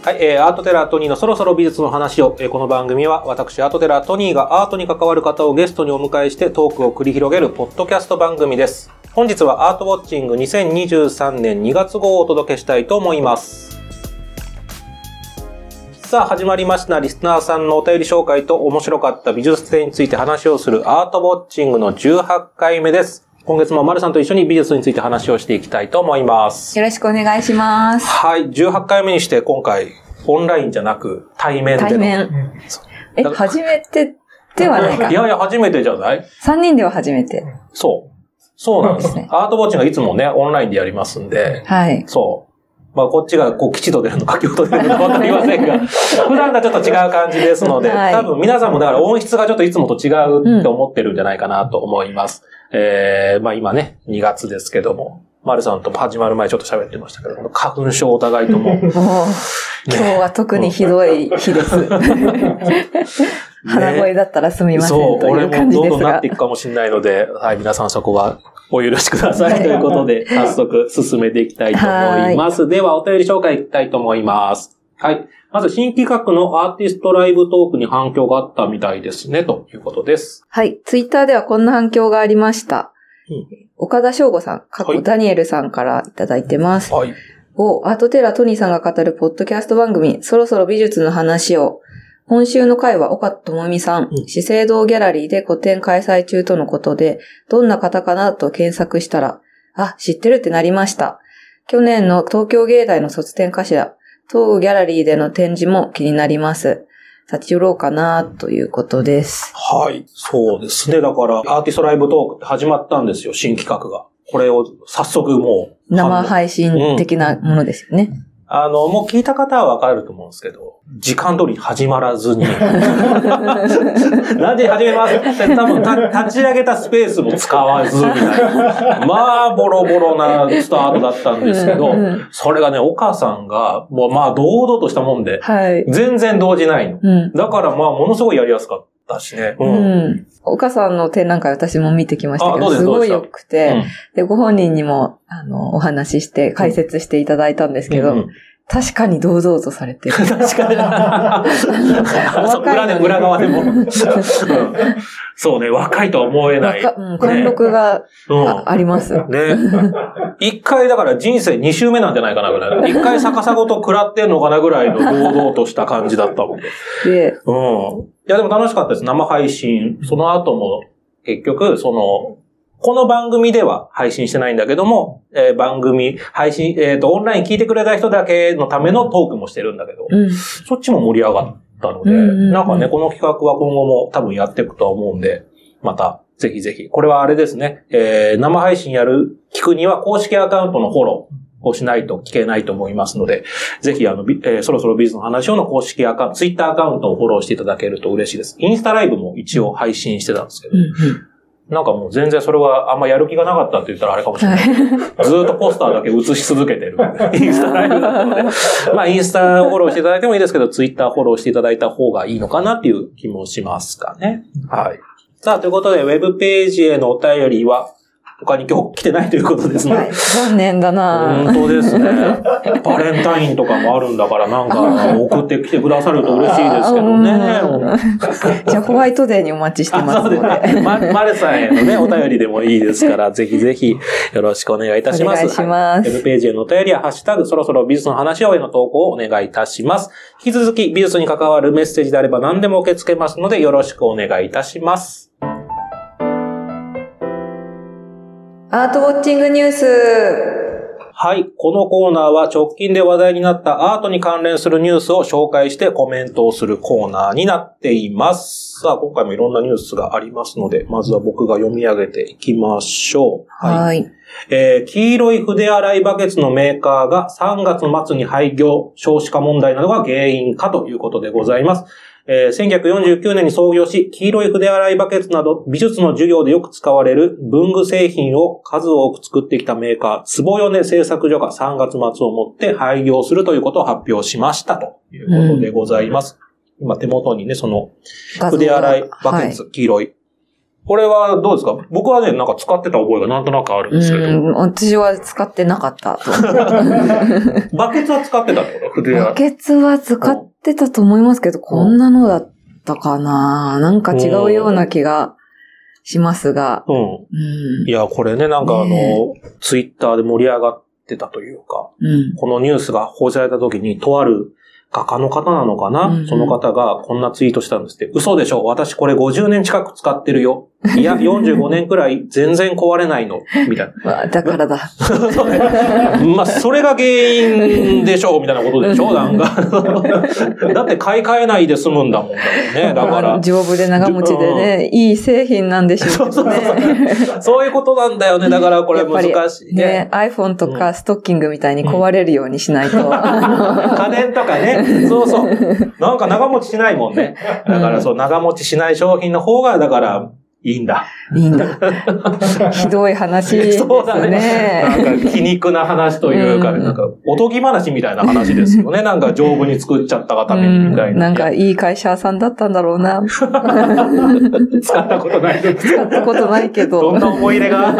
はい、アートテラートニーのそろそろ美術の話を、この番組は私アートテラートニーがアートに関わる方をゲストにお迎えしてトークを繰り広げるポッドキャスト番組です。本日はアートウォッチング2023年2月号をお届けしたいと思います。さあ始まりましたリスナーさんのお便り紹介と面白かった美術展について話をするアートウォッチングの18回目です。今月も丸さんと一緒に美術について話をしていきたいと思います。 よろしくお願いします。 はい、18回目にして今回オンラインじゃなく対面での。 対面。初めてではないか。 いやいや、初めてじゃない ?3 人では初めて。 そうなんですね。アートウォッチングがいつもね、オンラインでやりますんで。 はい。 そう。まあ、こっちがこう、吉と出るのか、京と出るのかわかりませんが、普段がちょっと違う感じですので、はい、多分皆さんもだから音質がちょっといつもと違うって思ってるんじゃないかなと思います。まあ今ね、2月ですけども、丸さんと始まる前ちょっと喋ってましたけど、花粉症お互いとも。 今日は特にひどい日です。鼻声だったらすみません、という感じですが。そう、俺もどんどんなっていくかもしれないので、はい、皆さんそこはお許しくださいということで、早速進めていきたいと思います。では、お便り紹介いきたいと思います。はい。まず、新企画のアーティストライブトークに反響があったみたいですね、ということです。 はい。ツイッターではこんな反響がありました。岡田翔吾さん、ダニエルさんからいただいてます。はい。アートテラートニーさんが語るポッドキャスト番組、そろそろ美術の話を、今週の回は岡智美さん、資生堂ギャラリーで個展開催中とのことで、どんな方かなと検索したら、あ、知ってるってなりました。去年の東京芸大の卒展かしら、当ギャラリーでの展示も気になります。立ち寄ろうかなということです。 はい。そうですね。だから、アーティストライブトークって始まったんですよ、新企画が。これを早速もう。 生配信的なものですよね。 もう聞いた方はわかると思うんですけど、時間通りに始まらずに。何時に始めますって多分立ち上げたスペースも使わずみたいな。まあ、ボロボロなスタートだったんですけど、それがね、岡さんが、もうまあ、堂々としたもんで、はい、全然動じないの。だからまあ、ものすごいやりやすかったしね。 岡さんの展覧会私も見てきましたけど、すごい良くて、で、ご本人にも、お話しして、解説していただいたんですけど、確かに堂々とされてる。 確かに。裏側でも。そうね、若いとは思えない。 貫禄があります。ね。 一回だから人生2周目なんじゃないかなぐらい。一回逆さごと食らってんのかなぐらいの堂々とした感じだったもんで。いやでも楽しかったです。生配信。その後も結局、この番組では配信してないんだけども、番組、配信、オンライン聞いてくれた人だけのためのトークもしてるんだけど、そっちも盛り上がったので、なんかね、この企画は今後も多分やっていくとは思うんで、また、ぜひぜひ。これはあれですね、生配信聞くには公式アカウントのフォローをしないと聞けないと思いますので、ぜひそろそろ美術の話をの公式ツイッターアカウントをフォローしていただけると嬉しいです。インスタライブも一応配信してたんですけど、なんかもう全然それはあんまやる気がなかったって言ったらあれかもしれない。ずーっとポスターだけ映し続けてる。インスタライブなので。まあインスタフォローしていただいてもいいですけど、ツイッターフォローしていただいた方がいいのかなっていう気もしますかね。はい。さあ、ということで、ウェブページへのお便りは、他に今日来てないということですね。はい、 残念だな。 本当ですね。バレンタインとかもあるんだからなんか送ってきてくださると嬉しいですけどね。 じゃあホワイトデーにお待ちしてますので。 マルさんへのね、お便りでもいいですから、ぜひぜひよろしくお願いいたします。 お願いします。 ウェブページへのお便りは、ハッシュタグ、そろそろ美術の話をへの投稿をお願いいたします。引き続き美術に関わるメッセージであれば何でも受け付けますので、よろしくお願いいたします。 アートウォッチングニュース。 はい。このコーナーは直近で話題になったアートに関連するニュースを紹介してコメントをするコーナーになっています。さあ、今回もいろんなニュースがありますので、まずは僕が読み上げていきましょう。 はい。 黄色い筆洗いバケツのメーカーが3月末に廃業、少子化問題などが原因かということでございます。1949年に創業し、黄色い筆洗いバケツなど美術の授業でよく使われる文具製品を数多く作ってきたメーカー、坪米製作所が3月末をもって廃業するということを発表しましたということでございます。今手元にね、その筆洗いバケツ、黄色い。 これはどうですか？僕はね、なんか使ってた覚えがなんとなくあるんですけど。 私は使ってなかったと。 バケツは使ってたってこと？ バケツは使ってたと思いますけど、こんなのだったかな？なんか違うような気がしますが。 いや、これね、なんかツイッターで盛り上がってたというか、このニュースが報じられた時に、とある画家の方なのかな、その方がこんなツイートしたんですって。嘘でしょ、私これ50年近く使ってるよ。いや、45年くらい全然壊れないの。みたいな。 だからだ。 まあ、それが原因でしょう、みたいなことでしょ、なんか。だって買い替えないで済むんだもんね。だから。 丈夫で長持ちでね、いい製品なんでしょうね。 そういうことなんだよね。だからこれ難しいね。 iPhone とかストッキングみたいに壊れるようにしないと。 家電とかね。そうそう。なんか長持ちしないもんね。だからそう、長持ちしない商品の方が、だから、いいんだ。 いいんだ。ひどい話ですね。そうだね。 なんか皮肉な話というか、なんかおとぎ話みたいな話ですよね。なんか丈夫に作っちゃったがためにみたいな。 なんかいい会社さんだったんだろうな。 使ったことない。 使ったことないけど。 どんな思い入れが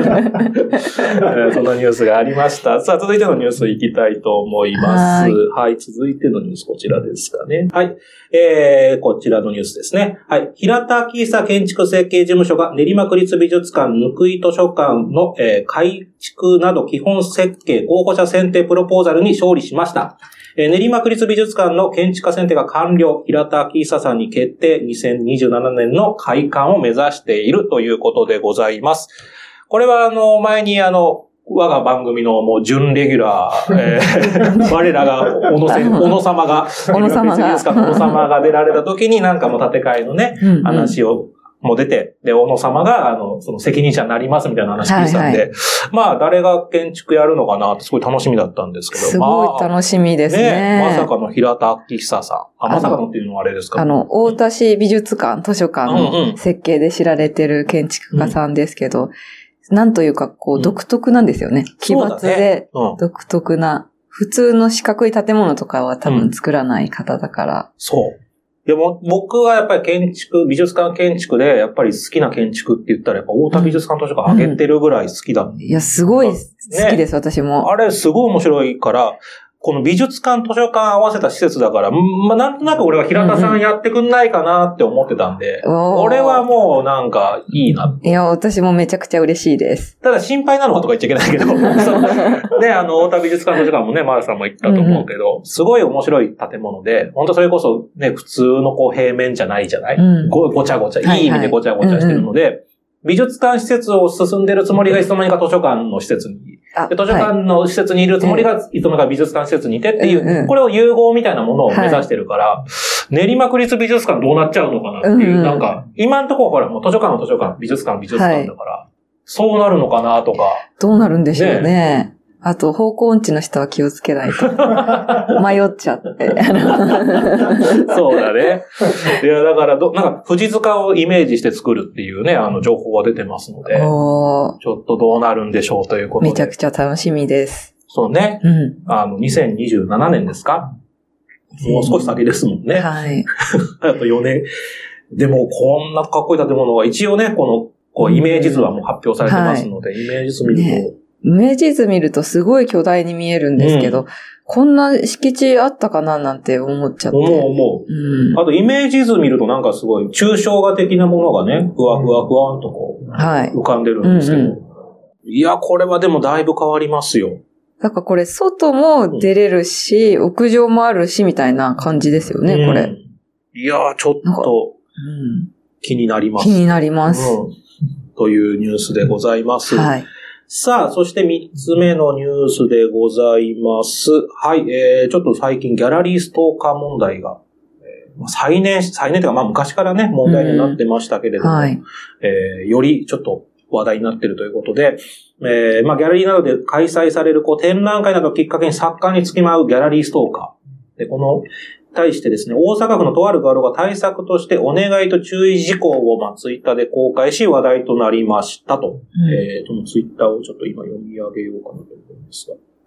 そんなニュースがありました。さあ、続いてのニュースいきたいと思います。はい、続いてのニュースこちらですかね。はい。こちらのニュースですね。はい。平田昭久建築設計事務所が練馬区立美術館ぬくい図書館の、改築など基本設計候補者選定プロポーザルに勝利しました。練馬区立美術館の建築家選定が完了。平田昭久さんに決定。2027年の開館を目指しているということでございます。これは前に我が番組のもう準レギュラー、我らが小野様が出られた時になんかもう建て替えのね、話をも出て、で、小野様が、その責任者になりますみたいな話聞いてたんで、まあ、誰が建築やるのかなってすごい楽しみだったんですけど。 すごい楽しみですね。 まさかの平田昭久さん。まさかのっていうのはあれですか？ 大田市美術館、図書館の設計で知られてる建築家さんですけど、なんというか、独特なんですよね。奇抜で、独特な、普通の四角い建物とかは多分作らない方だから。 そう。でも、僕はやっぱり美術館建築で、やっぱり好きな建築って言ったら、やっぱ大田美術館図書館上げてるぐらい好きだ。 いや、すごい好きです、私も。 あれ、すごい面白いから、この美術館図書館合わせた施設だから、まあ、なんとなく俺は平田さんやってくんないかなって思ってたんで、俺はもうなんかいいな。 いや、私もめちゃくちゃ嬉しいです。 ただ心配なのはとか言っちゃいけないけど、ね、大田美術館図書館もね、マルさんも言ったと思うけど、すごい面白い建物で、本当それこそね、普通の平面じゃないじゃない、ごちゃごちゃ、いい意味でごちゃごちゃしてるので、美術館施設を進んでるつもりがいつの間にか図書館の施設に。で、図書館の施設にいるつもりがいつの間にか美術館施設にいてっていう、これを融合みたいなものを目指してるから、練馬区立美術館どうなっちゃうのかなっていう、なんか、今んところほらもう図書館の図書館、美術館だから、そうなるのかなとか。 どうなるんでしょうね。あと、方向音痴の人は気をつけないと。迷っちゃって。 そうだね。いや、だから、なんか、富士塚をイメージして作るっていうね、情報は出てますので、ちょっとどうなるんでしょうということで。 めちゃくちゃ楽しみです。 そうね。2027年ですか？もう少し先ですもんね。 はい。 あと4年。でも、こんなかっこいい建物が一応ね、このイメージ図はもう発表されてますので、イメージ図見ると、 イメージ図見るとすごい巨大に見えるんですけど、こんな敷地あったかななんて思っちゃって。 思う。あとイメージ図見るとなんかすごい抽象画的なものがね、ふわふわふわんと浮かんでるんですけど。いや、これはでもだいぶ変わりますよ。 なんかこれ外も出れるし、屋上もあるしみたいな感じですよね、これ。 いや、ちょっと気になります。 気になります。 というニュースでございます。 はい。 さあ、そして3つ目のニュースでございます。はい、ちょっと最近ギャラリーストーカー問題が、再燃というか、まあ昔からね、問題になってましたけれども、よりちょっと話題になっているということで、まあギャラリーなどで開催される展覧会などをきっかけに作家につきまうギャラリーストーカー。で、この、対してですね、大阪府のとある画廊が対策としてお願いと注意事項をツイッターで公開し話題となりましたと。そのツイッターをちょっと今読み上げようかなと思うんですが。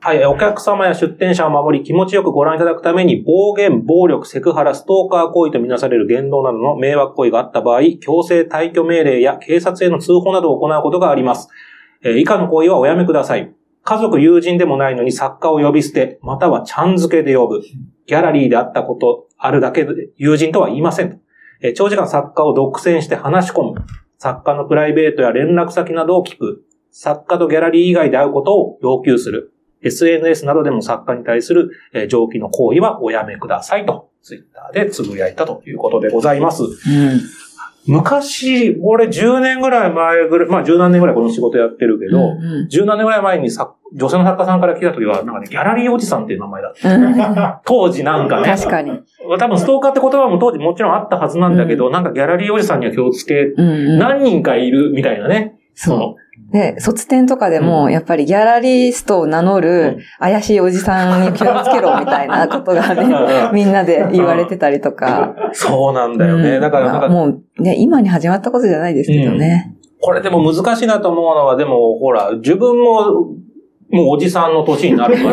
はい、お客様や出店者を守り気持ちよくご覧いただくために暴言、暴力、セクハラ、ストーカー行為とみなされる言動などの迷惑行為があった場合、強制退去命令や警察への通報などを行うことがあります。以下の行為はおやめください。家族、友人でもないのに作家を呼び捨て、またはちゃん付けで呼ぶ。ギャラリーであったことあるだけで友人とは言いません。長時間作家を独占して話し込む。作家のプライベートや連絡先などを聞く。作家とギャラリー以外で会うことを要求する。SNS などでも作家に対する上記の行為はおやめくださいと、ツイッターでつぶやいたということでございます。昔、俺10年ぐらい前ぐらい、まあ10何年ぐらいこの仕事やってるけど、10何年ぐらい前に女性の作家さんから聞いたときは、なんかね、ギャラリーおじさんっていう名前だった。当時なんかね。 確かに。 多分ストーカーって言葉も当時もちろんあったはずなんだけど、なんかギャラリーおじさんには気をつけ、何人かいるみたいなね。 そう。で、卒展とかでも、やっぱりギャラリストを名乗る怪しいおじさんに気をつけろみたいなことがね、みんなで言われてたりとか。 そうなんだよね。だからなんかもうね、今に始まったことじゃないですけどね。 これでも難しいなと思うのは、でもほら、自分も、もうおじさんの年になるから、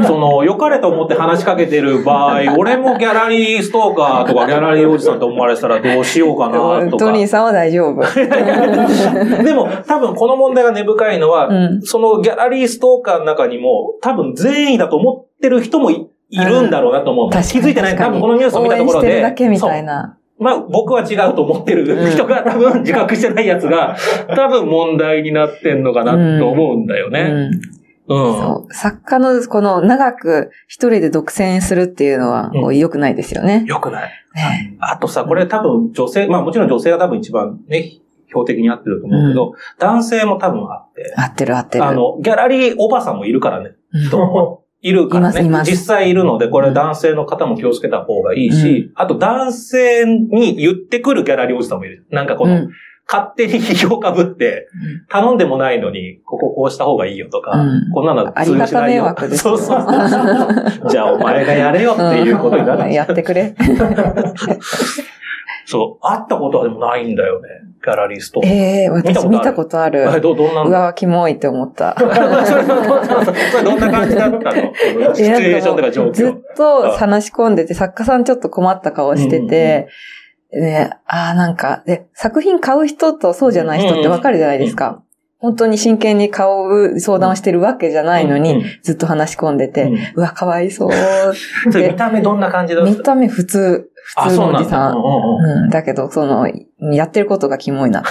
良かれと思って話しかけてる場合、俺もギャラリーストーカーとかギャラリーおじさんと思われてたらどうしようかなとか。 トニーさんは大丈夫。 でも多分この問題が根深いのは、そのギャラリーストーカーの中にも多分善意だと思ってる人もいるんだろうなと思う。気づいてない。多分このニュースを見たところで。 応援してるだけみたいな。 まあ僕は違うと思ってる人が多分自覚してないやつが多分問題になってんのかなと思うんだよね。 そう。作家のこの長く一人で独占するっていうのは良くないですよね。 良くない。あとさ、これ多分女性、まあもちろん女性が多分一番ね、標的に合ってると思うけど、男性も多分あって。 合ってる。ギャラリーおばさんもいるからね。いるからね。実際いるので、これ男性の方も気をつけた方がいいし、あと男性に言ってくるギャラリーおじさんもいる。なんかこの、勝手に批評かぶって、頼んでもないのに、ここした方がいいよとか、こんなの通用しないよ。 ありがた迷惑です。 そう。じゃあお前がやれよっていうことになる。 やってくれ。 そう。会ったことはでもないんだよね。ギャラリスト。 私見たことある。 どんなの？ うわ、キモいって思った。 それどんな感じだったの？シチュエーションとか状況。 ずっと話し込んでて、作家さんちょっと困った顔してて、なんか、で、作品買う人とそうじゃない人ってわかるじゃないですか。本当に真剣に買う相談をしてるわけじゃないのに、ずっと話し込んでて、うわ、かわいそうって。 見た目どんな感じだった？ 見た目普通のおじさん。だけど、やってることがキモいなと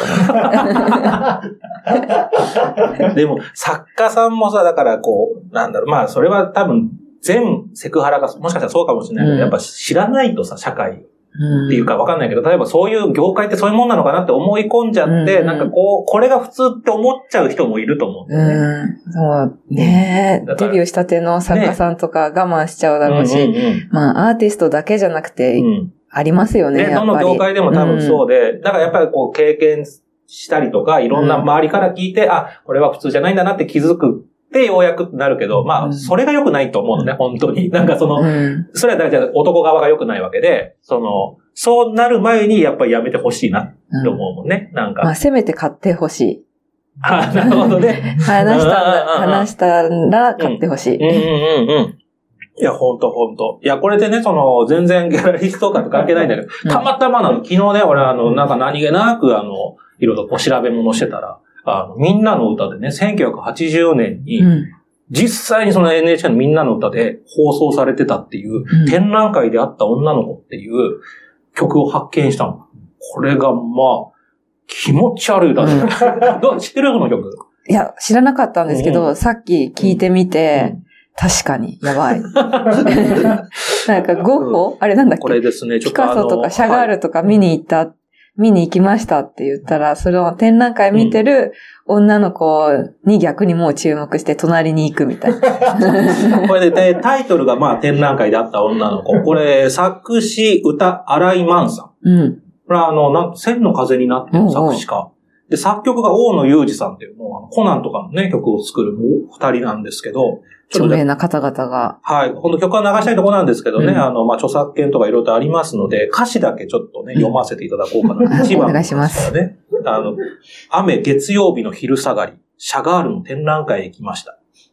思って。 でも、作家さんもさ、だからまあ、それは多分、全セクハラが、もしかしたらそうかもしれないけど、やっぱ知らないとさ、社会っていうかわかんないけど、例えばそういう業界ってそういうもんなのかなって思い込んじゃって、なんかこれが普通って思っちゃう人もいると思うんだよね。 そうね。デビューしたての作家さんとか我慢しちゃうだろうし、まあアーティストだけじゃなくて、ありますよね、やっぱり。 どの業界でも多分そうで、だからやっぱり経験したりとか、いろんな周りから聞いて、これは普通じゃないんだなって気づく。で、ようやくなるけど、まあ、それが良くないと思うのね、本当に。なんかそれはだから男側が良くないわけで、そうなる前にやっぱりやめてほしいなって思うもんね、なんか。 まあ、せめて買ってほしい。 なるほどね。 話したら買ってほしい。 いや、ほんと。いや、これでね、全然ギャラリストとかと関係ないんだけど、たまたま昨日ね、俺なんか何気なく、いろいろと調べ物してたら、みんなの歌でね、1980年に、実際にNHK のみんなの歌で放送されてたっていう、展覧会であった女の子っていう曲を発見したの。これが、まあ、気持ち悪いだね。知ってるこの曲？ いや、知らなかったんですけど、さっき聞いてみて、確かに、やばい。なんか、ゴッホ？あれなんだっけ？ これですね、 ピカソとかシャガールとか見に行きましたって言ったら、それを展覧会見てる女の子に逆にもう注目して隣に行くみたいな。 これで、タイトルがまあ展覧会であった女の子。これ、作詞、歌、荒井万さん。これは千の風になってる作詞家。で、作曲が大野裕二さんっていう、もうコナンとかのね、曲を作る二人なんですけど、 著名な方々が。 はい。本当曲は流したいところなんですけどね、まあ、著作権とかいろいろとありますので、歌詞だけちょっとね、読ませていただこうかな。 一番お願いします。 雨月曜日の昼下がり、シャガールの展覧会へ行きました。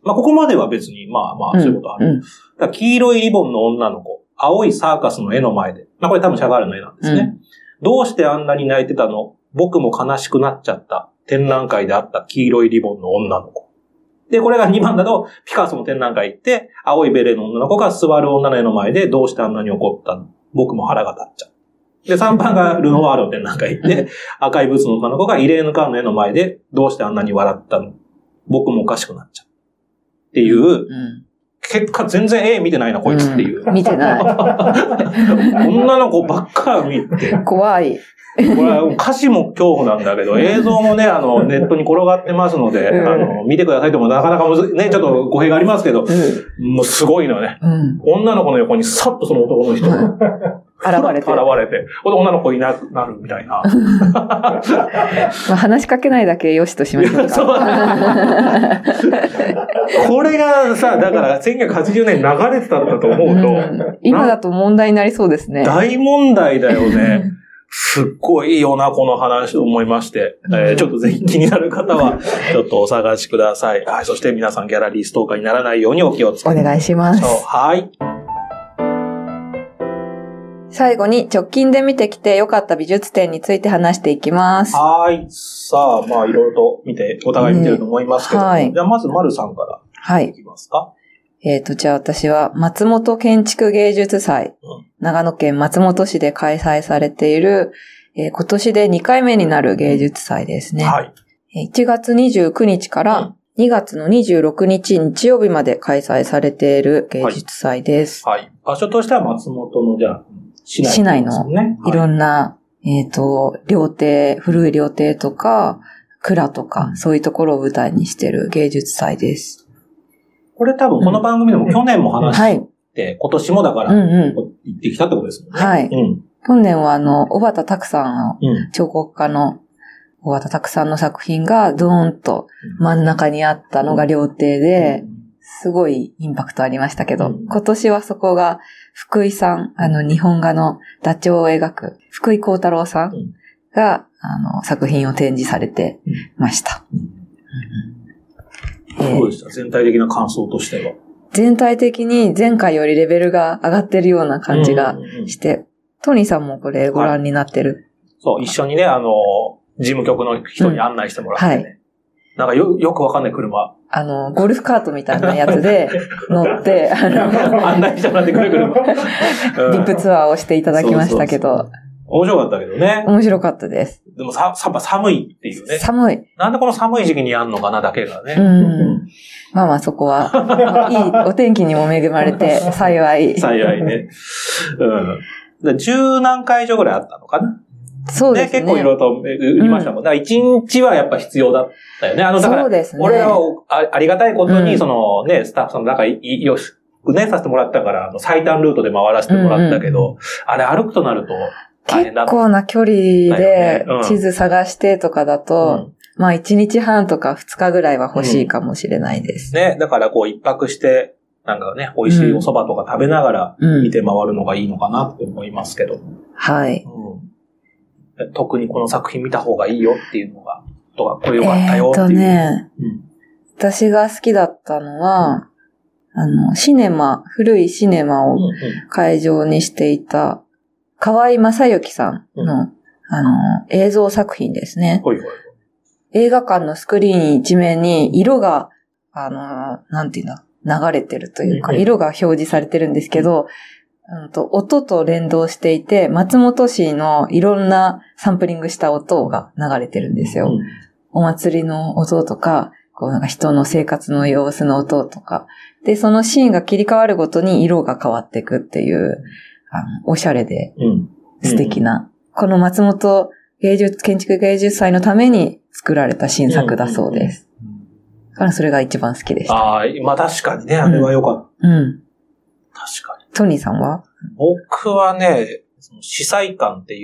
まあ、ここまでは別に、まあ、そういうことある。だから黄色いリボンの女の子、青いサーカスの絵の前で。まあ、これ多分シャガールの絵なんですね。どうしてあんなに泣いてたの？僕も悲しくなっちゃった。展覧会であった黄色いリボンの女の子。で、これが2番だと、ピカソの展覧会行って、青いベレーの女の子が座る女の絵の前で、どうしてあんなに怒ったの？僕も腹が立っちゃう。で、3番がルノワールの展覧会行って、赤いブーツの女の子がイレーヌ・カーンの絵の前で、どうしてあんなに笑ったの？僕もおかしくなっちゃう。っていう、結果全然絵見てないな、こいつっていう。 見てない。 女の子ばっか見て。 怖い。 これは歌詞も恐怖なんだけど、映像もね、ネットに転がってますので、見てくださいともなかなかね、ちょっと語弊がありますけど、もうすごいのね。女の子の横にさっとその男の人が現れて、女の子いなくなるみたいな。 まあ話しかけないだけよしとしましょうか。そうこれがさ、だから1980年流れてたんだと思うと、 今だと問題になりそうですね。 大問題だよね。すっごいよな、この話と思いまして。ちょっとぜひ気になる方は、ちょっとお探しください。はい。そして皆さんギャラリーストーカーにならないようにお気をつけて。 お願いします。 はい。 最後に直近で見てきて良かった美術展について話していきます。 はい。さあ、まあいろいろとお互い見てると思いますけど、はい。じゃあまず丸さんからいきますか。 じゃあ私は松本建築芸術祭、長野県松本市で開催されている、今年で2回目になる芸術祭ですね。はい。1月29日から2月の26日日曜日まで開催されている芸術祭です。 はい。はい、場所としては松本のじゃあ市内のいろんな、料亭、古い料亭とか、蔵とか、そういうところを舞台にしている芸術祭です。 これ多分この番組でも去年も話して、今年もだから行ってきたってことですよね。 はい。去年は小畑拓さんの彫刻家の小畑拓さんの作品がドーンと真ん中にあったのが料亭で、すごいインパクトありましたけど、今年はそこが福井さん、日本画のダチョウを描く福井光太郎さんが、作品を展示されてました。 どうでした？全体的な感想としては。 全体的に前回よりレベルが上がってるような感じがして、トニーさんもこれご覧になってる。 はい、そう、一緒にね、事務局の人に案内してもらってね。はい、なんかよくわかんない車。 ゴルフカートみたいなやつで乗って、 案内してもらってくる車。 リップツアーをしていただきましたけど。 面白かったけどね。 面白かったです。 でも寒いっていうね。 寒い。 なんでこの寒い時期にやんのかなだけがね。 まあまあそこは、いいお天気にも恵まれて幸い。 幸いね。10何回以上ぐらいあったのかな。 そうですね。 結構いろいろと言いましたもん。だから1日はやっぱ必要だったよね。だから、そうですね。俺らはありがたいことに、スタッフさんの中よし、ね、させてもらったから、最短ルートで回らせてもらったけど、あれ歩くとなると、 結構な距離で地図探してとかだと、まあ1日半とか2日ぐらいは欲しいかもしれないです。 ね、だから一泊して、なんかね、美味しいお蕎麦とか食べながら見て回るのがいいのかなって思いますけど。 はい。 特にこの作品見た方がいいよっていうのが、これ良かったよっていう。 私が好きだったのは、古いシネマを会場にしていた、河合正幸さんの、映像作品ですね。映画館のスクリーン一面に色が、なんていうの、流れてるというか、色が表示されてるんですけど、音と連動していて、松本市のいろんなサンプリングした音が流れてるんですよ。お祭りの音とか、なんか人の生活の様子の音とか。で、そのシーンが切り替わるごとに色が変わっていくっていう、おしゃれで素敵な、この松本建築芸術祭のために作られた新作だそうです。だからそれが一番好きでした。 ああ、まあ確かにね、あれは良かった。確かに。 トニーさんは？ 僕はね、司祭館っていう、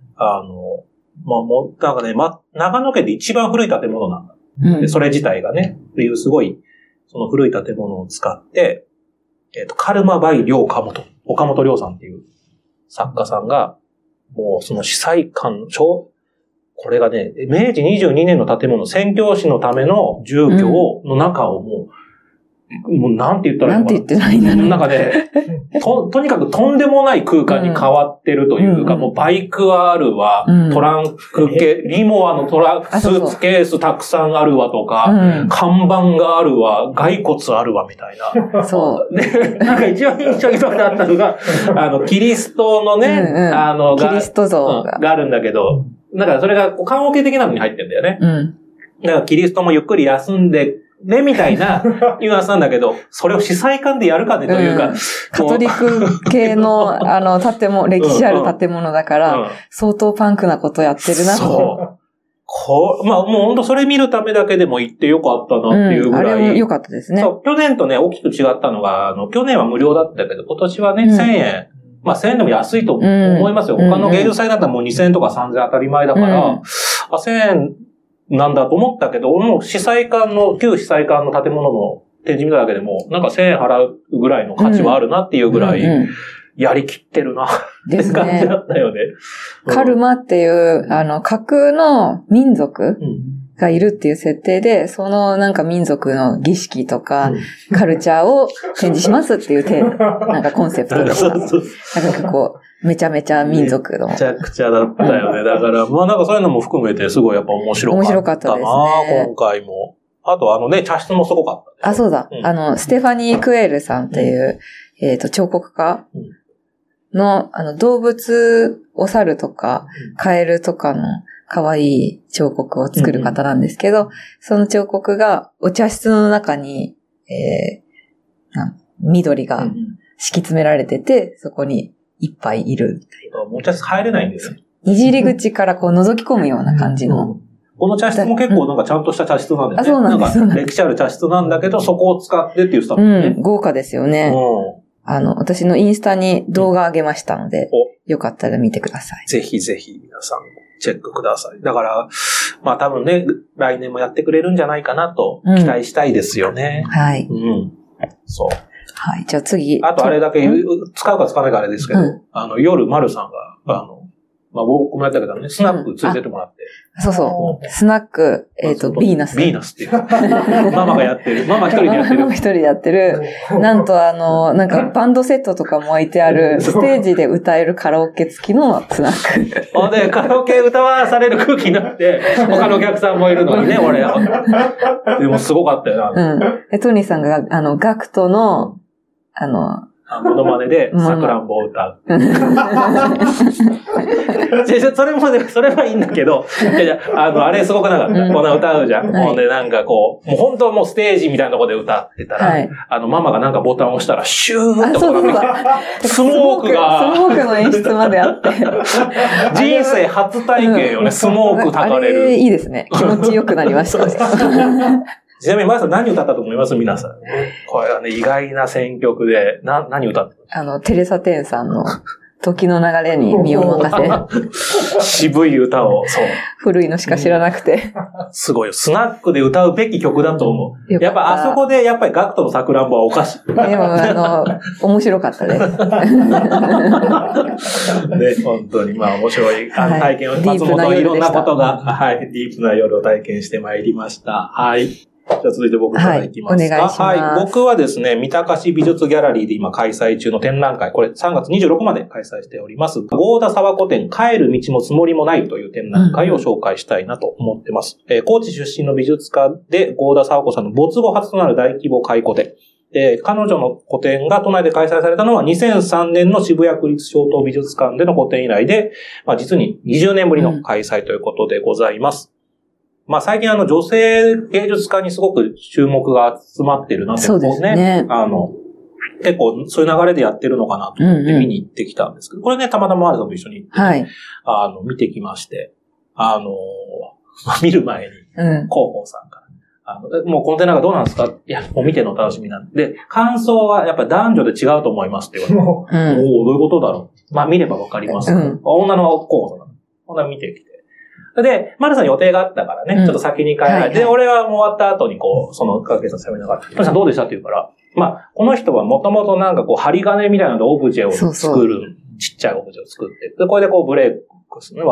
なんかね、長野県で一番古い建物なんだ。でそれ自体がね、っていうすごい、その古い建物を使って、カルマバイ岡本良さんっていう作家さんが、もうその司祭館、これがね、明治22年の建物、宣教師のための住居の中をもう、 もうなんて言ったらいいのかな。 なんて言ってないんだろう。 なんかね、とにかくとんでもない空間に変わってるというか、もうバイクあるわ、トランク系、リモアのスーツケースたくさんあるわとか、看板があるわ、骸骨あるわみたいな。 そう。 で、なんか一番印象に残ったのが、キリストのね、 キリスト像があるんだけど、だからそれが棺桶的なのに入ってんだよね。だからキリストもゆっくり休んで、ね、みたいなニュアンスなんだけど、それを司祭館でやるかねというか。 カトリック系の、建物、歴史ある建物だから、相当パンクなことやってるなと。 そう。まあ、もう本当それ見るためだけでも行ってよかったなっていうぐらい。 あれも良かったですね。 そう、去年とね、大きく違ったのが、去年は無料だったけど、今年はね、1000円。まあ、1000円でも安いと思いますよ。他の芸術祭だったらもう2000円とか3000円当たり前だから、1000円、なんだと思ったけど、もう旧司祭館の建物の展示見ただけでも、なんか1000円払うぐらいの価値はあるなっていうぐらい、やりきってるな、って感じだったよね。 カルマっていう、架空の民族がいるっていう設定で、そのなんか民族の儀式とか、カルチャーを展示しますっていうなんかコンセプトでした。なんかこう、めちゃめちゃ民族の。 めちゃくちゃだったよね。だから、まあなんかそういうのも含めてすごいやっぱ面白かったな。 面白かったですね。 今回も。あと茶室もすごかった。 あ、そうだ。ステファニー・クエールさんっていう、彫刻家の、動物、お猿とか、カエルとかの可愛い彫刻を作る方なんですけど、その彫刻がお茶室の中に、緑が敷き詰められてて、そこにいっぱいいるみたいな。 お茶室入れないんですよ。 にじり口からこう覗き込むような感じの。 この茶室も結構なんかちゃんとした茶室なんだよね。 そうなんです。 なんか歴史ある茶室なんだけど、そこを使ってっていうスタッフね。 豪華ですよね。私のインスタに動画上げましたので、よかったら見てください。 ぜひぜひ皆さんチェックください。だから、まあ多分ね、来年もやってくれるんじゃないかなと期待したいですよね。 はい。 そう。 はい。じゃあ次。 あとあれだけ、使うか使わないかあれですけど、夜、丸さんが、まあ僕もやったけどね、スナック連れてってもらって。 そうそう。スナック、ビーナス。 ビーナスっていう。ママがやってる。ママ一人でやってる。 ママ一人でやってる。なんとなんかバンドセットとかも置いてある、ステージで歌えるカラオケ付きのスナック。 で、カラオケ歌わされる空気になって、他のお客さんもいるのにね、俺。でもすごかったよな。 トニーさんが、ガクトの、 モノマネで、さくらんぼを歌う。それはいいんだけど、あれすごくなかった。こんな歌うじゃん。ほんでなんかこう、もう本当もうステージみたいなとこで歌ってたら、ママがなんかボタンを押したら、シューって音が鳴ってきて、スモークの演出まであって。 人生初体験よね、スモーク焚かれる。 あれいいですね。気持ちよくなりましたね。 ちなみに、まさ何歌ったと思います皆さん。これはね、意外な選曲で、何歌ったテレサテンさんの、時の流れに身を任せ。渋い歌を、そう。 古いのしか知らなくて。 すごいよ。スナックで歌うべき曲だと思う。やっぱあそこで、やっぱりガクトのさくらんぼはおかしい。 でも、面白かったです。 ね、本当に、まあ面白い体験を、松本いろんなことが、はい、ディープな夜を体験してまいりました。はい。じゃあ続いて僕からいきますか。 お願いします。 はい。僕はですね、三鷹市美術ギャラリーで今開催中の展覧会、これ3月26まで開催しております。合田沢古典帰る道もつもりもないという展覧会を紹介したいなと思ってます。高知出身の美術家で合田沢子さんの没後初となる大規模回顧展。彼女の個展が都内で開催されたのは2003年の渋谷区立小東美術館での個展以来で、まあ実に20年ぶりの開催ということでございます。まあ最近女性芸術家にすごく注目が集まってるなってそうですね。 結構そういう流れでやってるのかなと思って見に行ってきたんですけど、これね、たまたまマルさんと一緒に、見てきまして、見る前に、広報さんから、もうこの展覧会どうなんですか？いや、もう見ての楽しみなんで、感想はやっぱり男女で違うと思いますって言われて、どういうことだろう。まあ見ればわかります。女の広報さんなの。女見てきて。で、マルさん予定があったからね、ちょっと先に帰られて、俺はもう終わった後にその関係者と喋りながら、マルさんどうでしたって言うから、まあ、この人はもともとなんか針金みたいなのでオブジェを作る、ちっちゃいオブジェを作って、で、これでブレイクするね、わかる。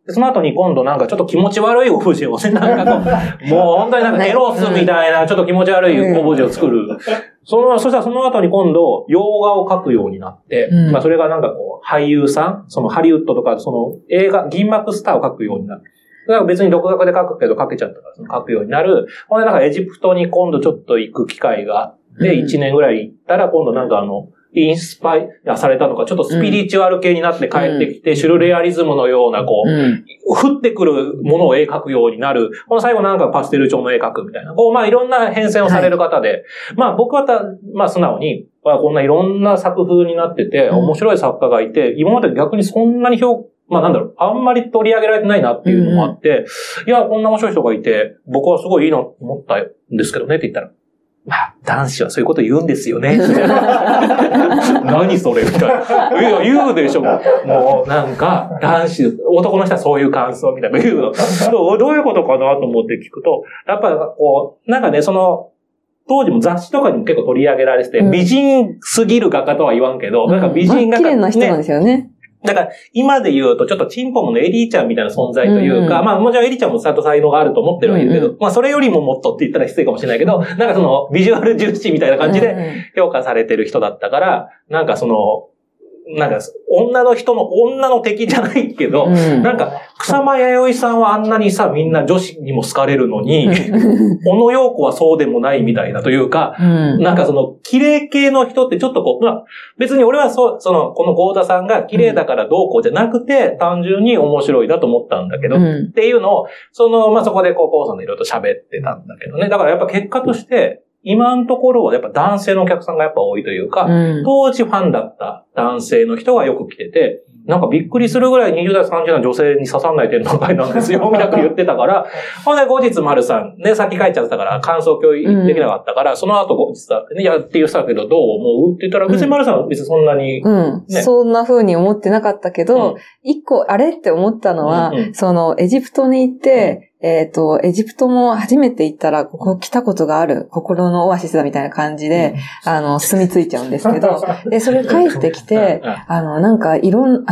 その後に今度なんかちょっと気持ち悪いオブジェをね、なんかこう、もう本当になんかエロスみたいなちょっと気持ち悪いオブジェを作る。そしたらその後に今度、洋画を描くようになって、まあそれがなんかこう、俳優さん、そのハリウッドとか、その映画、銀幕スターを描くようになる。だから別に独学で描くけど描けちゃったからその描くようになる。ほんでなんかエジプトに今度ちょっと行く機会があって、1年ぐらい行ったら今度なんかインスパイアされたのか、ちょっとスピリチュアル系になって帰ってきて、シュルレアリズムのような、こう、降ってくるものを絵描くようになる。この最後なんかパステル調の絵描くみたいな。こう、まあいろんな変遷をされる方で、まあ僕はまあ素直に、こんないろんな作風になってて、面白い作家がいて、今まで逆にそんなにまあなんだろう、あんまり取り上げられてないなっていうのもあって、いや、こんな面白い人がいて、僕はすごいいいなと思ったんですけどねって言ったら、まあ、男子はそういうこと言うんですよね。何それみたいな。いや、言うでしょ。もう、なんか、男の人はそういう感想みたいな言うの。どういうことかなと思って聞くと、やっぱりこう、なんかね、当時も雑誌とかにも結構取り上げられてて、美人すぎる画家とは言わんけど、なんか美人画家、 綺麗な人なんですよね。 だから、今で言うと、ちょっとチンポムのエリーちゃんみたいな存在というか、まあ、もちろんエリーちゃんもちゃんと才能があると思ってるわけだけど、まあ、それよりももっとって言ったら失礼かもしれないけど、なんかビジュアル重視みたいな感じで評価されてる人だったから、なんかなんか、女の敵じゃないけど、なんか、草間彌生さんはあんなにさ、みんな女子にも好かれるのに、小野洋子はそうでもないみたいなというか、なんか綺麗系の人ってちょっとこう、まあ、別に俺はこの豪田さんが綺麗だからどうこうじゃなくて、単純に面白いなと思ったんだけど、っていうのを、まあ、そこでこう、コウさんでいろいろと喋ってたんだけどね。だからやっぱ結果として、今のところはやっぱ男性のお客さんがやっぱ多いというか、当時ファンだった男性の人がよく来てて、なんかびっくりするぐらい20代30代の女性に刺さんない展覧会なんですよ、みたいな言ってたから、ほんで後日丸さん、ね、先帰っちゃってたから感想共有できなかったから、その後後日だってね、やって言ってたけどどう思うって言ったら、別に丸さんは別にそんなに、 ね。そんな風に思ってなかったけど、一個あれって思ったのは、エジプトに行って、エジプトも初めて行ったら、ここ来たことがある、心のオアシスだみたいな感じで、住み着いちゃうんですけど、で、それ帰ってきて、なんか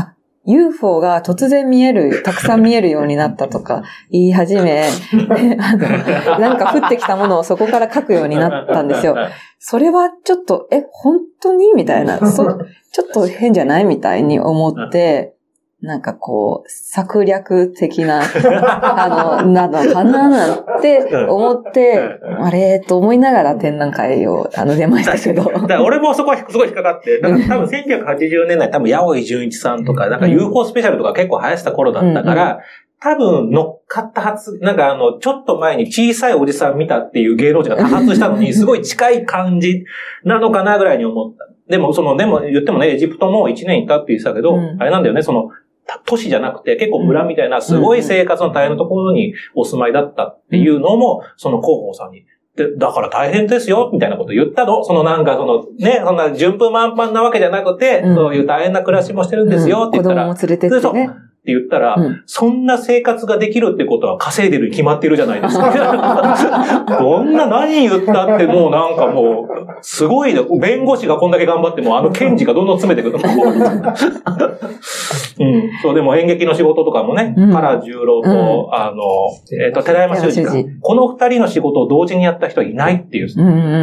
UFO が突然たくさん見えるようになったとか言い始め、なんか降ってきたものをそこから描くようになったんですよ。それはちょっと、本当にみたいな、ちょっと変じゃないみたいに思って、なんかこう、策略的な、なのかななんて思って、あれと思いながら展覧会を出ましたけど。 だから俺もそこはすごい引っかかって、なんか多分1980年代多分八尾井純一さんとか、なんか UFO スペシャルとか結構流行ってた頃だったから、多分乗っかったなんかちょっと前に小さいおじさん見たっていう芸能人が多発したのに、すごい近い感じなのかなぐらいに思った。でも言ってもね、エジプトも1年いたって言ってたけど、あれなんだよね、都市じゃなくて結構村みたいなすごい生活の大変なところにお住まいだったっていうのも、その広報さんに、だから大変ですよ、みたいなこと言ったの。なんかね、そんな順風満帆なわけじゃなくて、そういう大変な暮らしもしてるんですよ、って言ったら。 子供も連れてってね。 って言ったら、そんな生活ができるってことは稼いでるに決まってるじゃないですか。こんな何言ったってもうなんかもう、すごいね。弁護士がこんだけ頑張っても、検事がどんどん詰めてくる。そう、でも演劇の仕事とかもね、原十郎と、寺山修司が、この二人の仕事を同時にやった人はいないっていう。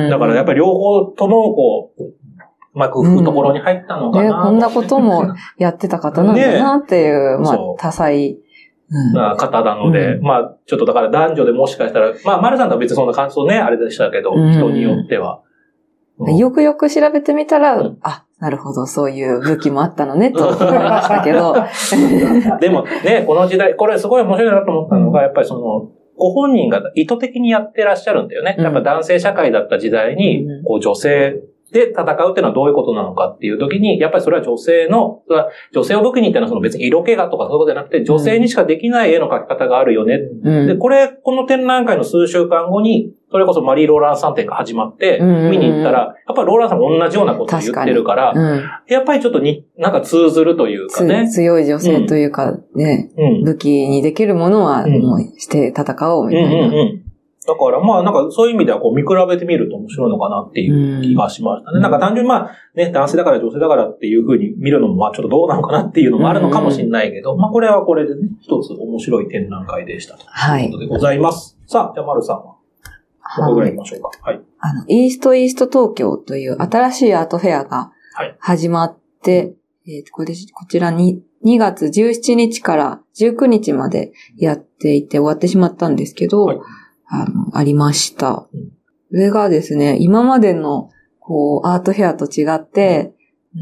だからやっぱり両方ともうまく懐に入ったのかな。 こんなこともやってた方なんだなっていう、まあ、多彩。 方なので、まあ、ちょっとだから男女でもしかしたら、まあ、丸さんとは別にそんな感想ね、あれでしたけど、人によっては。 よくよく調べてみたら、なるほど、そういう武器もあったのね、と思いましたけど。 でもね、この時代、これすごい面白いなと思ったのが、やっぱりご本人が意図的にやってらっしゃるんだよね。やっぱ男性社会だった時代に、女性で戦うっていうのはどういうことなのかっていう時に、やっぱりそれは女性を武器にっていうのは別に色気がとかそういうことじゃなくて、女性にしかできない絵の描き方があるよね。で、この展覧会の数週間後に、それこそマリー・ローランサン展が始まって、見に行ったら、やっぱりローランさんも同じようなことを言ってるから、やっぱりちょっとなんか通ずるというかね。 強い女性というかね、武器にできるものはもうして戦おうみたいな。 だからまあなんかそういう意味ではこう見比べてみると面白いのかなっていう気がしましたね。なんか単純にまあね、男性だから女性だからっていう風に見るのもまあちょっとどうなのかなっていうのもあるのかもしれないけど、まあこれはこれでね、一つ面白い展覧会でしたということでございます。さあ、じゃあ丸さんは。どこぐらい行きましょうか。はい。 イーストイースト東京という新しいアートフェアが始まって、こちらに2月17日から19日までやっていて終わってしまったんですけど、ありました。それがですね、今までのこうアートフェアと違って、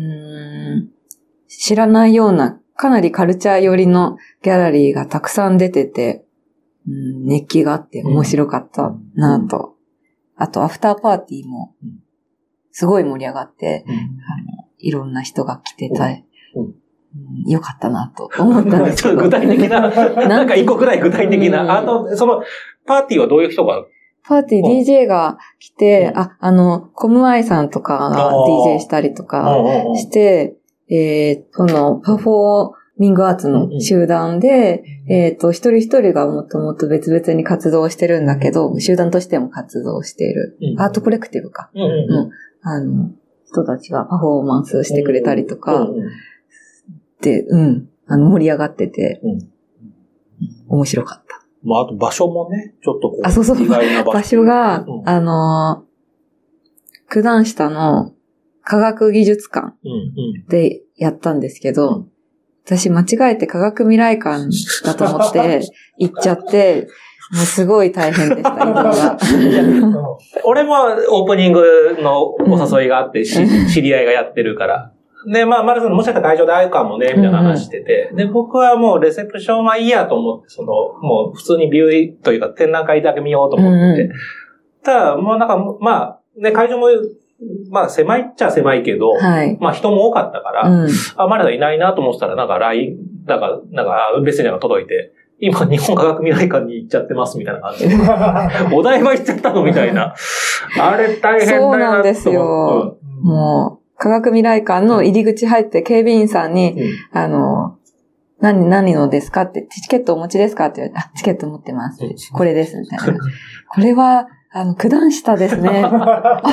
知らないようなかなりカルチャー寄りのギャラリーがたくさん出てて、熱気があって面白かったなと。あと、アフターパーティーも、すごい盛り上がって、いろんな人が来てた、よかったなと思ったんですけど。 ちょっと具体的な、なんか一個ぐらい具体的な。あと、その、パーティーはどういう人がパーティー DJ が来て、コムアイさんとかが DJ したりとかして、その、パフォーミングアーツの集団で、一人一人がもともと別々に活動してるんだけど、集団としても活動している、アートコレクティブか、人たちがパフォーマンスしてくれたりとか、で、盛り上がってて、面白かった。 まあ、あと場所もね、ちょっとこう、 そう意外な場所が、九段下の科学技術館でやったんですけど、私間違えて科学未来館だと思って行っちゃって、もうすごい大変でした、移動が。 俺もオープニングのお誘いがあって、知り合いがやってるから。で、まあ、マルさんもしかしたら会場で会うかもね、みたいな話してて。で、僕はもうレセプションはいいやと思って、もう普通にビューというか展覧会だけ見ようと思って。ただ、もうなんか、まあ、ね、会場も、まあ、狭いっちゃ狭いけど、まあ人も多かったから、マルさんいないなと思ってたら、なんか LINE、なんかメッセージが届いて、今日本科学未来館に行っちゃってますみたいな感じで。お台場行っちゃったのみたいな。あれ大変だよな。 そうなんですよ。もう、科学未来館の入り口入って警備員さんに、何のですかって、チケットお持ちですかって言われて、チケット持ってます。これです、みたいな。これは、九段下ですね。みたいな。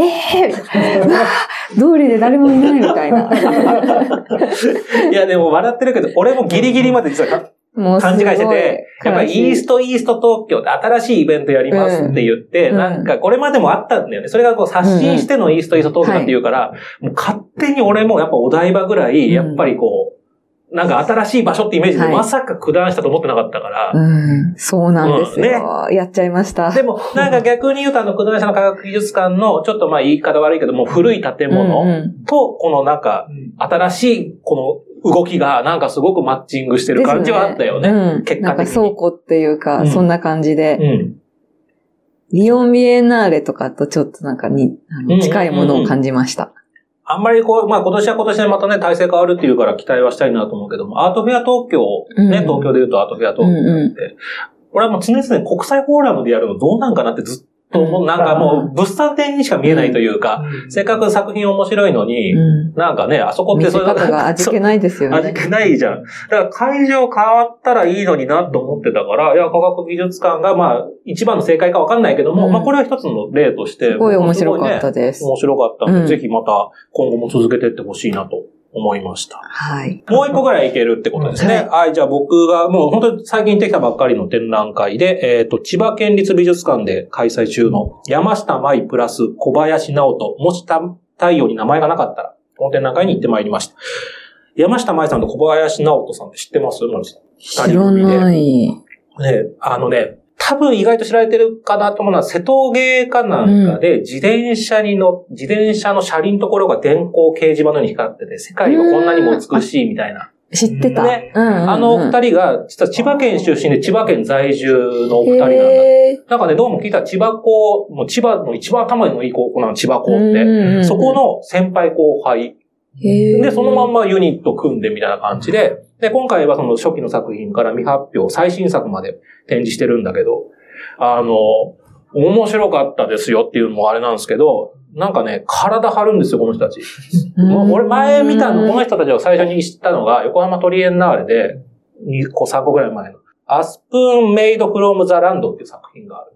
通りで誰もいないみたいな。 いや、でも笑ってるけど、俺もギリギリまで実は勘違いしてて、やっぱりイースト東京って新しいイベントやりますって言って、なんかこれまでもあったんだよね。それがこう刷新してのイースト東京って言うから、もう勝手に俺もやっぱお台場ぐらい、やっぱりこう、なんか新しい場所ってイメージでまさか九段下と思ってなかったから。 そうなんですよ。やっちゃいました。 でも、なんか逆に言うと九段下の科学技術館の、ちょっとまあ言い方悪いけども、古い建物と、このなんか、新しいこの動きがなんかすごくマッチングしてる感じはあったよね。結果的に。なんか倉庫っていうか、そんな感じで。リオンビエンナーレとかとちょっとなんか近いものを感じました。あんまりこう、まあ今年は今年でまたね、体制変わるっていうから期待はしたいなと思うけども、アートフェア東京、ね、東京で言うとアートフェア東京って、俺はもう常々国際フォーラムでやるのどうなんかなってずっと思う。なんかもう物産展にしか見えないというか、せっかく作品面白いのに、なんかね、あそこってそういう方が味気ないですよね。 味気ないじゃん。だから会場変わったらいいのになと思ってたから、いや、科学技術館がまあ一番の正解かわかんないけども、まあこれは一つの例として、 すごい面白かったです。 面白かったので、ぜひまた今後も続けていってほしいなと思いました。 はい。 もう一個ぐらいいけるってことですね。はい。じゃあ僕がもう本当に最近行ってきたばっかりの展覧会で、千葉県立美術館で開催中の山下舞プラス小林直人、もし太陽に名前がなかったら、この展覧会に行ってまいりました。山下舞さんと小林直人さんって知ってます？ 知らない。 ね、多分意外と知られてるかなと思うのは、瀬戸芸かなんかで、自転車の車輪のところが電光掲示板のように光ってて、世界はこんなにも美しいみたいな。 知ってた。 ね。あの二人が、実は千葉県出身で千葉県在住のお二人なんだ。なんかね、どうも聞いたら千葉校、もう千葉の一番頭のいい高校なの、千葉校って。そこの先輩後輩。で、そのまんまユニット組んでみたいな感じで、で、今回はその初期の作品から未発表、最新作まで展示してるんだけど、面白かったですよっていうのもあれなんですけど、なんかね、体張るんですよ、この人たち。俺前見たの、この人たちを最初に知ったのが、横浜トリエンナーレで、3個ぐらい前の、アスプーンメイドフロムザランドっていう作品がある。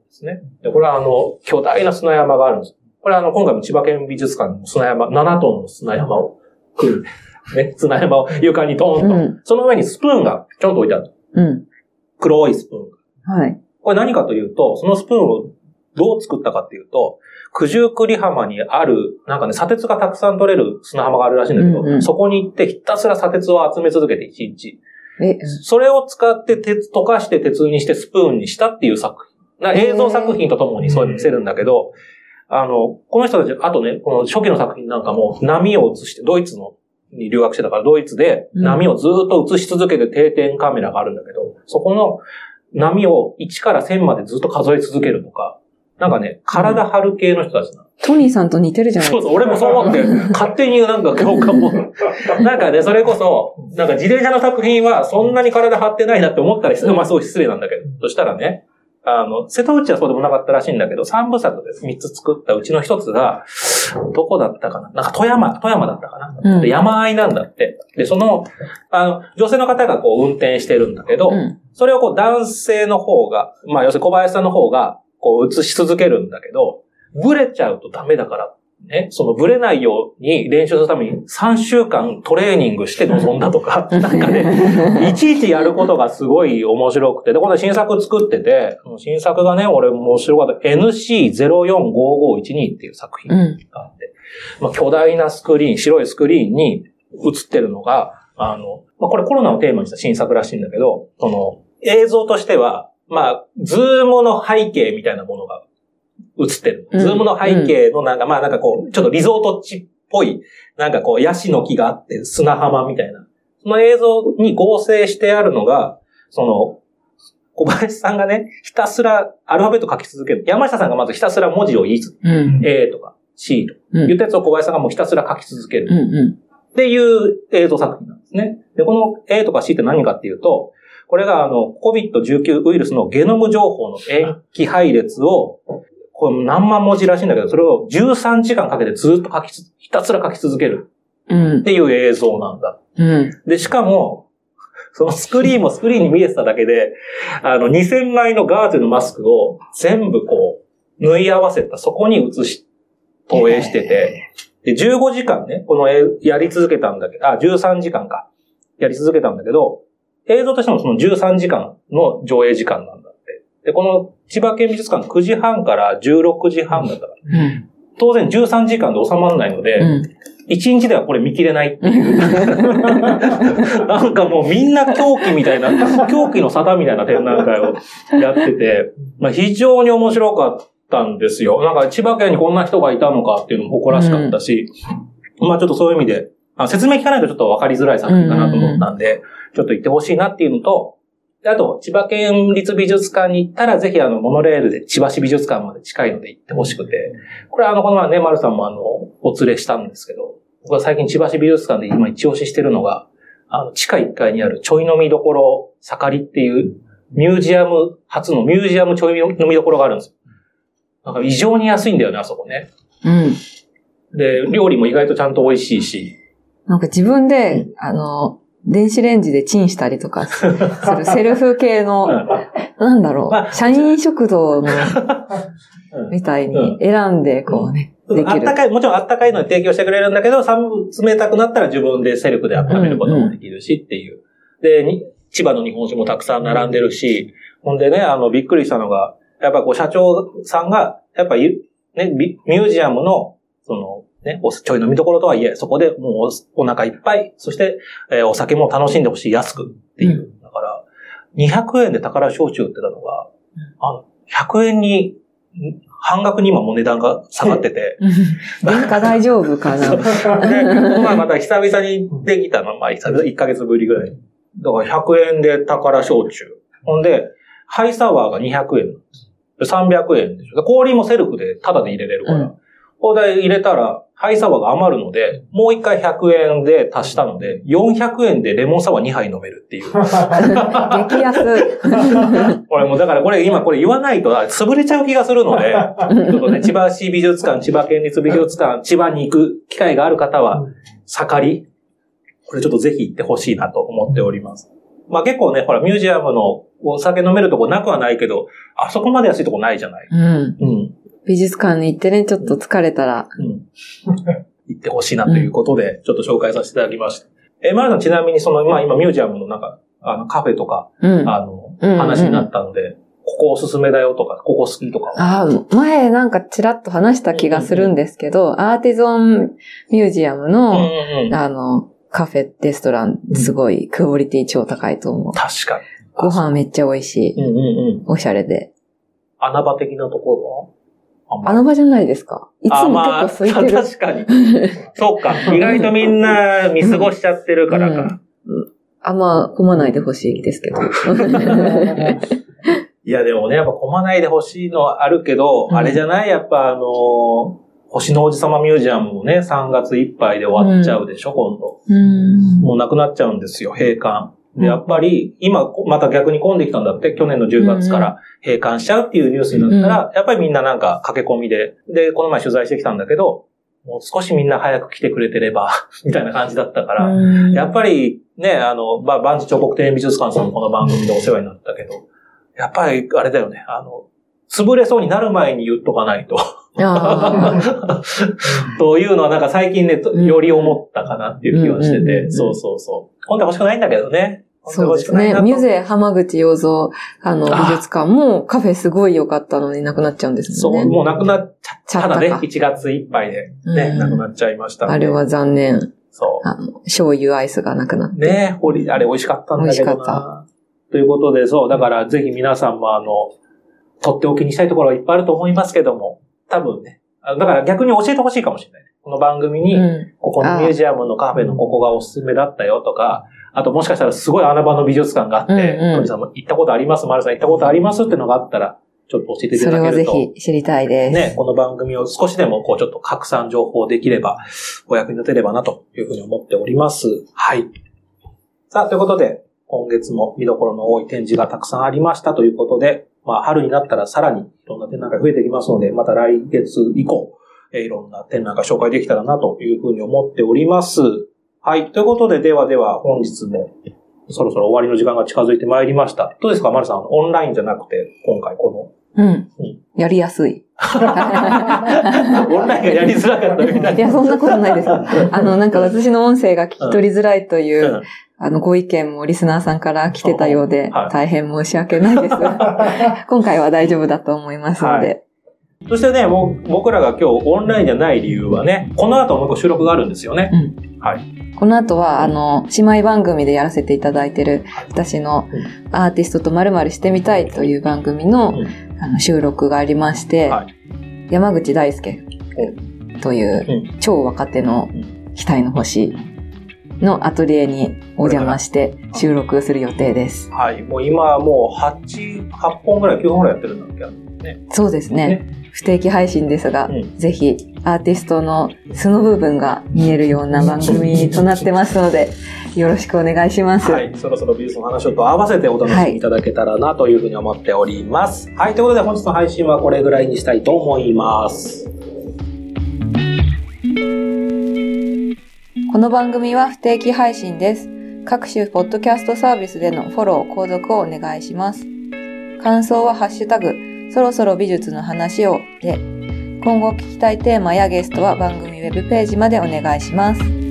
ですね。で、これは巨大な砂山があるんです。これは今回も千葉県美術館の砂山、7トンの砂山をね、砂山を床にトーンと、その上にスプーンがちょんと置いてある。黒いスプーン。はい。これ何かというと、そのスプーンをどう作ったかっていうと、九十九里浜にある、なんかね、砂鉄がたくさん取れる砂浜があるらしいんだけど、そこに行ってひたすら砂鉄を集め続けて1日。それを使って溶かして鉄にしてスプーンにしたっていう作品。映像作品とともにそういうの見せるんだけど、この人たち、あとね、この初期の作品なんかも波を映して、ドイツに留学してたから、ドイツで波をずっと映し続けて定点カメラがあるんだけど、そこの波を1から1000までずっと数え続けるとか、なんかね、体張る系の人たちなの。 トニーさんと似てるじゃないですか。 そうそう、俺もそう思って、勝手になんか共感も。なんかね、それこそ、なんか自転車の作品はそんなに体張ってないなって思ったりして、まあそう失礼なんだけど。そしたらね、瀬戸内はそうでもなかったらしいんだけど、3部作で3つ作ったうちの1つが、どこだったかな、なんか富山だったかな、で山あいなんだって。で、女性の方がこう運転してるんだけど、それをこう男性の方が、まあ要するに小林さんの方が、こう映し続けるんだけど、ブレちゃうとダメだから、ね、そのブレないように練習するために3週間トレーニングして臨んだとか、なんかね、いちいちやることがすごい面白くて、で、今度新作作ってて、新作がね、俺面白かった、NC045512 っていう作品があって、まあ、巨大なスクリーン、白いスクリーンに映ってるのが、まあ、これコロナをテーマにした新作らしいんだけど、映像としては、まあ、ズームの背景みたいなものが映ってる。ズームの背景のなんか、まあなんかこう、ちょっとリゾート地っぽい、なんかこう、ヤシの木があって砂浜みたいな。その映像に合成してあるのが、小林さんがね、ひたすらアルファベット書き続ける。山下さんがまずひたすら文字を言い続ける。A とか C とか。言ったやつを小林さんがもうひたすら書き続ける。っていう映像作品なんですね。で、この A とか C って何かっていうと、これがCOVID-19 ウイルスのゲノム情報の塩基配列を、これ何万文字らしいんだけど、それを13時間かけてずっとひたすら書き続ける。っていう映像なんだ。で、しかも、そのスクリーンもスクリーンに見えてただけで、2000枚のガーゼのマスクを全部こう、縫い合わせた、そこに投影してて、で、15時間ね、このやり続けたんだけど、13時間か。やり続けたんだけど、映像としてもその13時間の上映時間なんだって。で、この千葉県美術館9時半から16時半だったから、当然13時間で収まらないので、1日ではこれ見切れないっていう。なんかもうみんな狂気みたいな、狂気の沙汰みたいな展覧会をやってて、まあ非常に面白かったんですよ。なんか千葉県にこんな人がいたのかっていうのも誇らしかったし、まあちょっとそういう意味で、説明聞かないとちょっと分かりづらい作品かなと思ったんで、ちょっと行ってほしいなっていうのと、あと、千葉県立美術館に行ったら、ぜひモノレールで千葉市美術館まで近いので行ってほしくて、これこの前ね、丸さんもお連れしたんですけど、僕は最近千葉市美術館で今一押ししてるのが、地下1階にあるちょい飲みどころ盛りっていう、初のミュージアムちょい飲みどころがあるんですよ。なんか異常に安いんだよね、あそこね。で、料理も意外とちゃんと美味しいし。 なんか自分で、電子レンジでチンしたりとかするセルフ系の、なんだろう、社員食堂の、みたいに選んで、こうね、できる。 もちろんあったかいので提供してくれるんだけど、冷たくなったら自分でセルフで温めることもできるしっていう。で、千葉の日本酒もたくさん並んでるし、ほんでね、びっくりしたのが、やっぱ社長さんが、やっぱね、ミュージアムの、ね、ちょい飲みどころとはいえ、そこでもうお腹いっぱい、そして、お酒も楽しんでほしい、安くっていう。だから、200円で宝焼酎ってたのが、100円に、半額に今も値段が下がってて。 原価大丈夫かなで、また久々にできたの、まあ1ヶ月ぶりぐらい。だから100円で宝焼酎。ほんで、ハイサワーが200円なんです。300円でしょ。氷もセルフでタダで入れれるから。これで入れたら、ハイサワーが余るので、もう一回100円で足したので、400円でレモンサワー2杯飲めるっていう。 激安。 これもうだから今言わないと潰れちゃう気がするので、ちょっとね、千葉市美術館、千葉県立美術館、千葉に行く機会がある方は、盛り、これちょっとぜひ行ってほしいなと思っております。 まあ結構ね、ほら、ミュージアムのお酒飲めるとこなくはないけど、あそこまで安いとこないじゃない。 うん。うん。美術館に行ってね、ちょっと疲れたら。 うん。行ってほしいなということで、ちょっと紹介させていただきました。マルさんちなみにまあ今ミュージアムのなんか、カフェとか、話になったので、ここおすすめだよとか、ここ好きとか。 前なんかちらっと話した気がするんですけど、アーティゾンミュージアムの、カフェ、レストラン、すごいクオリティ超高いと思う。 確かに。 ご飯めっちゃ美味しい。おしゃれで。 穴場的なところは穴場じゃないですか。いつも結構空いてる。 確かに。そうか。意外とみんな見過ごしちゃってるからか。 あんま混まないでほしいですけど。 いやでもね、やっぱ混まないでほしいのはあるけど、あれじゃないやっぱ星の王子様ミュージアムもね、3月いっぱいで終わっちゃうでしょ、今度。もうなくなっちゃうんですよ、閉館。で、やっぱり、今、また逆に混んできたんだって、去年の10月から閉館しちゃうっていうニュースになったら、やっぱりみんななんか駆け込みで、この前取材してきたんだけど、もう少しみんな早く来てくれてれば、みたいな感じだったから、やっぱりね、万事彫刻庭園美術館さんもこの番組でお世話になったけど、やっぱりあれだよね、潰れそうになる前に言っとかないと。というのはなんか最近ね、より思ったかなっていう気はしてて、そう。本当は欲しくないんだけどね。 そうですね。ミュゼ浜口洋蔵、美術館もカフェすごい良かったのになくなっちゃうんですもんね。 そう、もうなくなっちゃった。ただね、1月いっぱいでね、なくなっちゃいました。 あれは残念。 そう。 醤油アイスがなくなって。 ね、あれ美味しかったんだけどな。美味しかった。ということで、そう、だからぜひ皆さんもとっておきにしたいところはいっぱいあると思いますけども、多分ね、だから逆に教えてほしいかもしれない。この番組に、ここのミュージアムのカフェのここがおすすめだったよとか、あともしかしたらすごい穴場の美術館があって、トニさんも行ったことあります、マルさん行ったことありますってのがあったら、ちょっと教えていただけると。 それはぜひ知りたいです。 ね、この番組を少しでもちょっと拡散情報できれば、お役に立てればなというふうに思っております。はい。さあ、ということで、今月も見どころの多い展示がたくさんありましたということで、まあ、春になったらさらにいろんな展覧会増えてきますので、また来月以降、いろんな展覧会紹介できたらなというふうに思っております。はい。ということで、では本日もそろそろ終わりの時間が近づいてまいりました。どうですか、丸さん。オンラインじゃなくて、今回やりやすい。 オンラインがやりづらかったみたいな。 いや、そんなことないです。なんか私の音声が聞き取りづらいという、ご意見もリスナーさんから来てたようで、大変申し訳ないです。今回は大丈夫だと思いますので。 そしてね、僕らが今日オンラインじゃない理由はね、この後もう一個収録があるんですよね。はい。 この後は、姉妹番組でやらせていただいてる、私のアーティストと〇〇してみたいという番組の、収録がありまして、山口大輔という超若手の額の星のアトリエにお邪魔して収録する予定です。 はい。もう今もう8本ぐらい、9本ぐらいやってるんだっけね。 そうですね。不定期配信ですが、ぜひアーティストの素の部分が見えるような番組となってますので、よろしくお願いします。 はい。そろそろ美術の話と合わせてお楽しみいただけたらなというふうに思っております。はい。ということで本日の配信はこれぐらいにしたいと思います。 この番組は不定期配信です。各種ポッドキャストサービスでのフォロー、購読をお願いします。感想はハッシュタグ、そろそろ美術の話をで、今後聞きたいテーマやゲストは番組ウェブページまでお願いします。